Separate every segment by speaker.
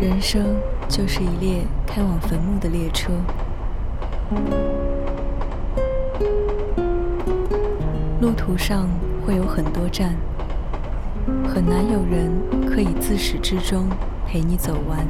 Speaker 1: 人生就是一列开往坟墓的列车，路途上会有很多站，很难有人可以自始至终陪你走完。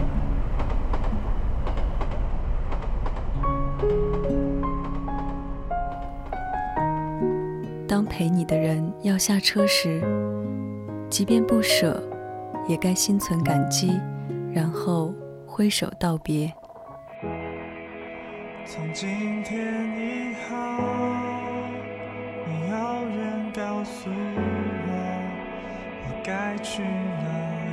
Speaker 1: 当陪你的人要下车时，即便不舍，也该心存感激，然后挥手道别。
Speaker 2: 从今天以后，你有人告诉我该去哪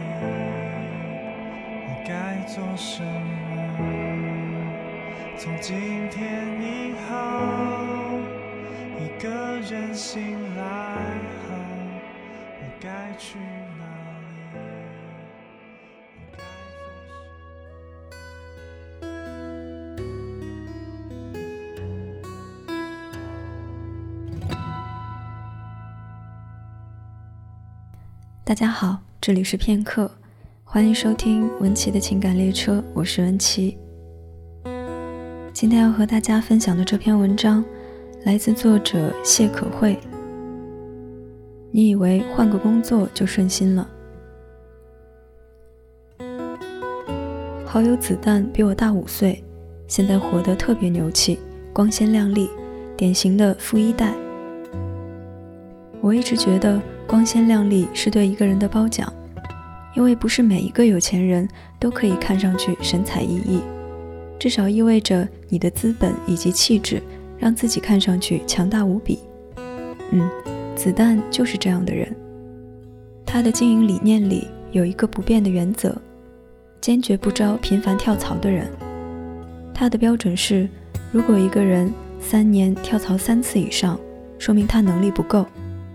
Speaker 2: 里，我该做什么。从今天以后，一个人醒来后，我该去哪里，我该做什么。
Speaker 1: 大家好，这里是片刻，欢迎收听文琪的情感列车，我是文琪。今天要和大家分享的这篇文章来自作者谢可慧。你以为换个工作就顺心了？好友子弹比我大5岁，现在活得特别牛气，光鲜亮丽，典型的富一代。我一直觉得光鲜亮丽是对一个人的褒奖，因为不是每一个有钱人都可以看上去神采奕奕，至少意味着你的资本以及气质让自己看上去强大无比。子弹就是这样的人。他的经营理念里有一个不变的原则，坚决不招频繁跳槽的人。他的标准是，如果一个人3年跳槽3次以上，说明他能力不够。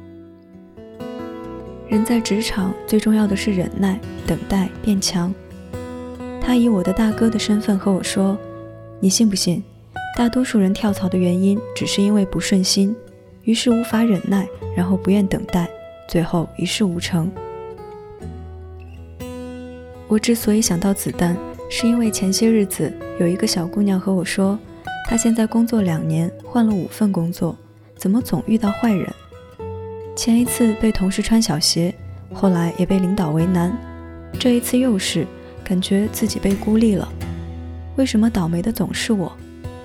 Speaker 1: 人在职场最重要的是忍耐、等待、变强。他以我的大哥的身份和我说，你信不信，大多数人跳槽的原因只是因为不顺心，于是无法忍耐，然后不愿等待，最后一事无成。我之所以想到子弹，是因为前些日子有一个小姑娘和我说，她现在工作2年，换了5份工作，怎么总遇到坏人？前一次被同事穿小鞋，后来也被领导为难，这一次又是感觉自己被孤立了。为什么倒霉的总是我？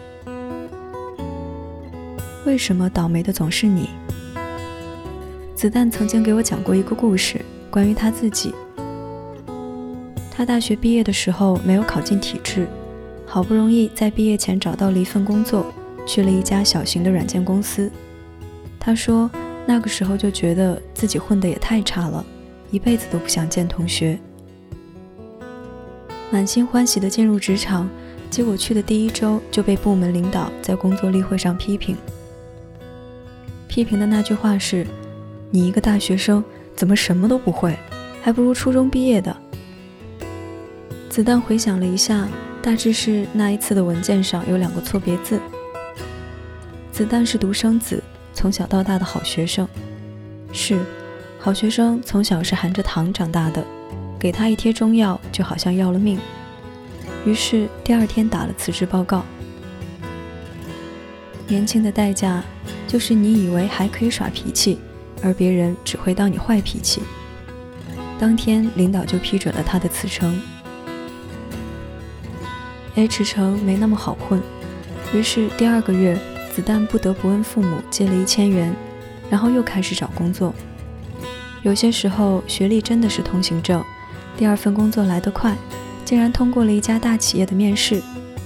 Speaker 1: 为什么倒霉的总是你？子弹曾经给我讲过一个故事，关于他自己。他大学毕业的时候没有考进体制，好不容易在毕业前找到了一份工作，去了一家小型的软件公司。他说那个时候就觉得自己混得也太差了，一辈子都不想见同学。满心欢喜地进入职场，结果去的第1周就被部门领导在工作例会上批评。批评的那句话是，你一个大学生怎么什么都不会，还不如初中毕业的。子弹回想了一下，大致是那一次的文件上有2个错别字。子弹是独生子，从小到大的好学生。是，好学生从小是含着糖长大的，给他一贴中药就好像要了命。于是第2天打了辞职报告。年轻的代价就是你以为还可以耍脾气，而别人只会当你坏脾气。当天领导就批准了他的辞呈。H 城没那么好混，于是第2个月子弹不得不问父母借了1000元，然后又开始找工作。有些时候学历真的是通行证，第2份工作来得快，竟然通过了一家大企业的面试。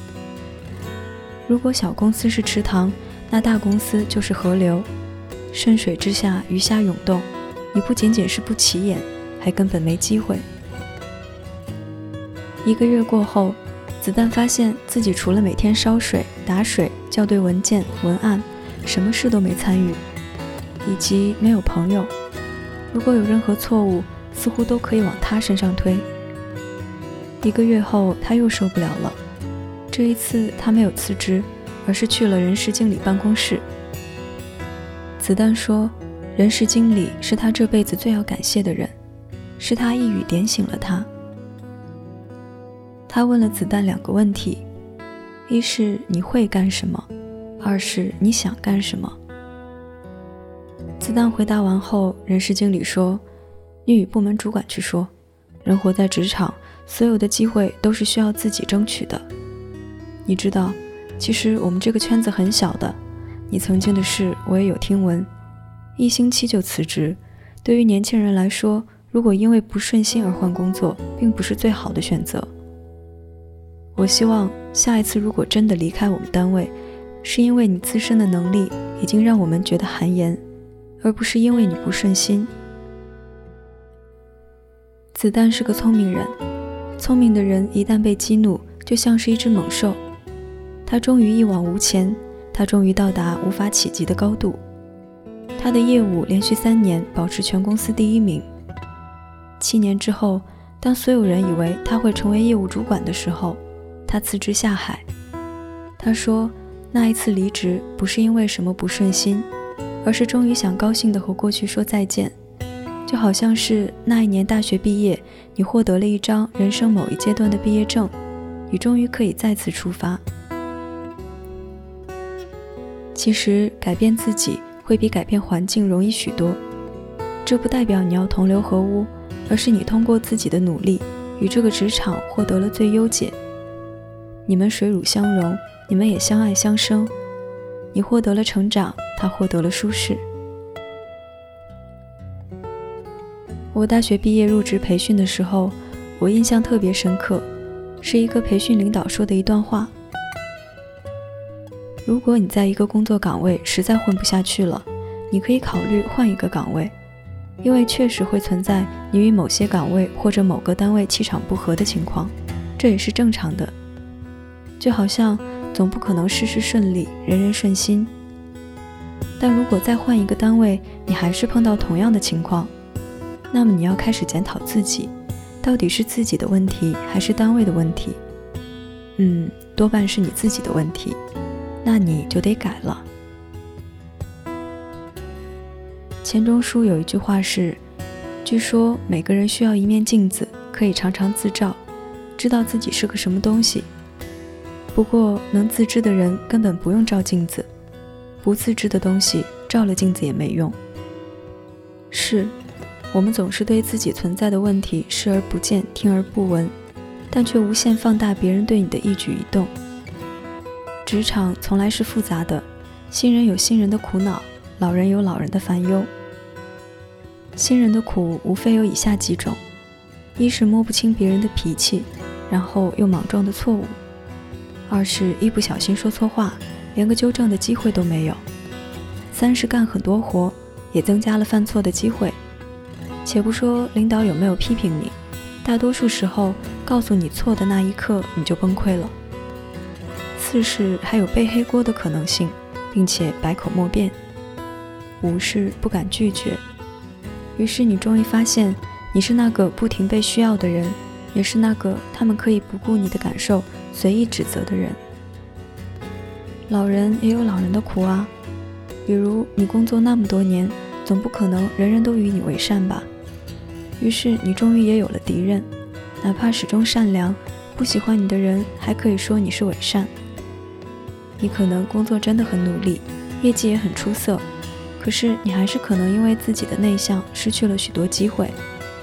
Speaker 1: 如果小公司是池塘，那大公司就是河流，顺水之下鱼虾涌动，你不仅仅是不起眼，还根本没机会。1个月过后，子弹发现自己除了每天烧水、打水、校对文件、文案，什么事都没参与，以及没有朋友。如果有任何错误，似乎都可以往他身上推。1个月后，他又受不了了。这一次他没有辞职，而是去了人事经理办公室。子弹说，人事经理是他这辈子最要感谢的人，是他一语点醒了他。 他问了子弹2个问题，一是你会干什么，二是你想干什么。子弹回答完后，人事经理说，你与部门主管去说，人活在职场，所有的机会都是需要自己争取的。你知道，其实我们这个圈子很小的，你曾经的事我也有听闻，1星期就辞职，对于年轻人来说，如果因为不顺心而换工作，并不是最好的选择。我希望下一次如果真的离开我们单位，是因为你自身的能力已经让我们觉得寒颜，而不是因为你不顺心。子弹是个聪明人，聪明的人一旦被激怒，就像是一只猛兽，他终于一往无前，他终于到达无法企及的高度。他的业务连续3年保持全公司第1名。7年之后，当所有人以为他会成为业务主管的时候，他辞职下海。他说，那一次离职不是因为什么不顺心，而是终于想高兴地和过去说再见，就好像是那一年大学毕业，你获得了一张人生某一阶段的毕业证，你终于可以再次出发。其实改变自己会比改变环境容易许多，这不代表你要同流合污，而是你通过自己的努力与这个职场获得了最优解。你们水乳相融，你们也相爱相生，你获得了成长，他获得了舒适。我大学毕业入职培训的时候，我印象特别深刻，是一个培训领导说的一段话。如果你在一个工作岗位实在混不下去了，你可以考虑换一个岗位，因为确实会存在你与某些岗位或者某个单位气场不合的情况，这也是正常的。就好像总不可能事事顺利，人人顺心。但如果再换一个单位，你还是碰到同样的情况，那么你要开始检讨自己，到底是自己的问题还是单位的问题？多半是你自己的问题，那你就得改了。钱钟书有一句话是，据说每个人需要一面镜子，可以常常自照，知道自己是个什么东西。不过能自知的人根本不用照镜子，不自知的东西照了镜子也没用。是，我们总是对自己存在的问题视而不见，听而不闻，但却无限放大别人对你的一举一动。职场从来是复杂的，新人有新人的苦恼，老人有老人的烦忧。新人的苦无非有以下几种：一是摸不清别人的脾气，然后又莽撞的错误；二是一不小心说错话，连个纠正的机会都没有；三是干很多活，也增加了犯错的机会。且不说领导有没有批评你，大多数时候告诉你错的那一刻你就崩溃了。四是还有背黑锅的可能性，并且百口莫辩。五是不敢拒绝，于是你终于发现你是那个不停被需要的人，也是那个他们可以不顾你的感受随意指责的人。老人也有老人的苦啊，比如你工作那么多年，总不可能人人都与你为善吧，于是你终于也有了敌人，哪怕始终善良，不喜欢你的人还可以说你是伪善。你可能工作真的很努力，业绩也很出色，可是你还是可能因为自己的内向失去了许多机会。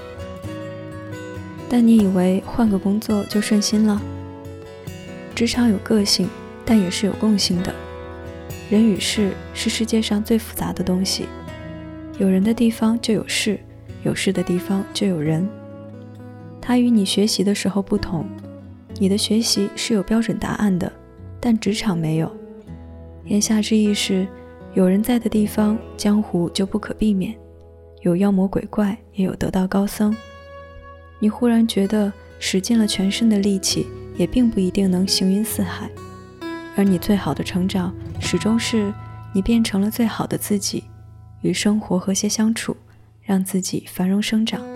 Speaker 1: 但你以为换个工作就顺心了？职场有个性，但也是有共性的。人与事是世界上最复杂的东西，有人的地方就有事，有事的地方就有人。它与你学习的时候不同，你的学习是有标准答案的，但职场没有。言下之意是，有人在的地方，江湖就不可避免，有妖魔鬼怪，也有得道高僧。你忽然觉得使尽了全身的力气，也并不一定能行云四海，而你最好的成长始终是你变成了最好的自己，与生活和谐相处，让自己繁荣生长。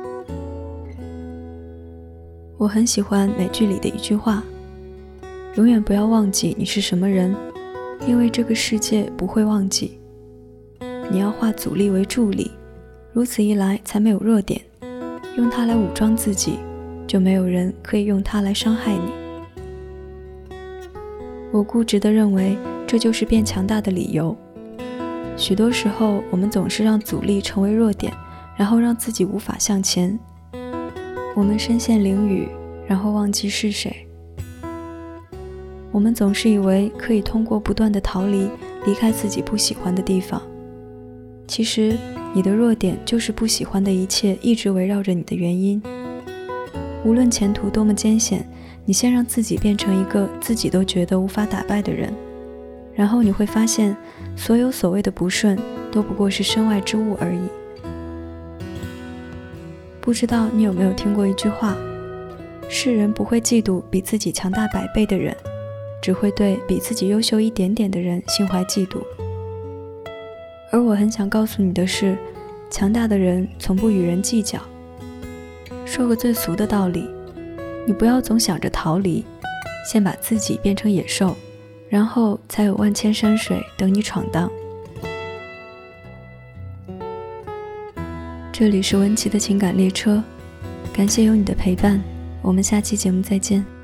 Speaker 1: 我很喜欢美剧里的一句话，永远不要忘记你是什么人，因为这个世界不会忘记。你要化阻力为助力，如此一来才没有弱点，用它来武装自己， 就没有人可以用它来伤害你。我固执地认为这就是变强大的理由。许多时候，我们总是让阻力成为弱点，然后让自己无法向前。我们身陷囹圄，然后忘记是谁。我们总是以为可以通过不断的逃离，离开自己不喜欢的地方。其实，你的弱点就是不喜欢的一切一直围绕着你的原因。无论前途多么艰险，你先让自己变成一个自己都觉得无法打败的人，然后你会发现，所有所谓的不顺都不过是身外之物而已。不知道你有没有听过一句话，世人不会嫉妒比自己强大100倍的人，只会对比自己优秀一点点的人心怀嫉妒。而我很想告诉你的是，强大的人从不与人计较。说个最俗的道理，你不要总想着逃离，先把自己变成野兽，然后才有万千山水等你闯荡。这里是文琪的情感列车，感谢有你的陪伴，我们下期节目再见。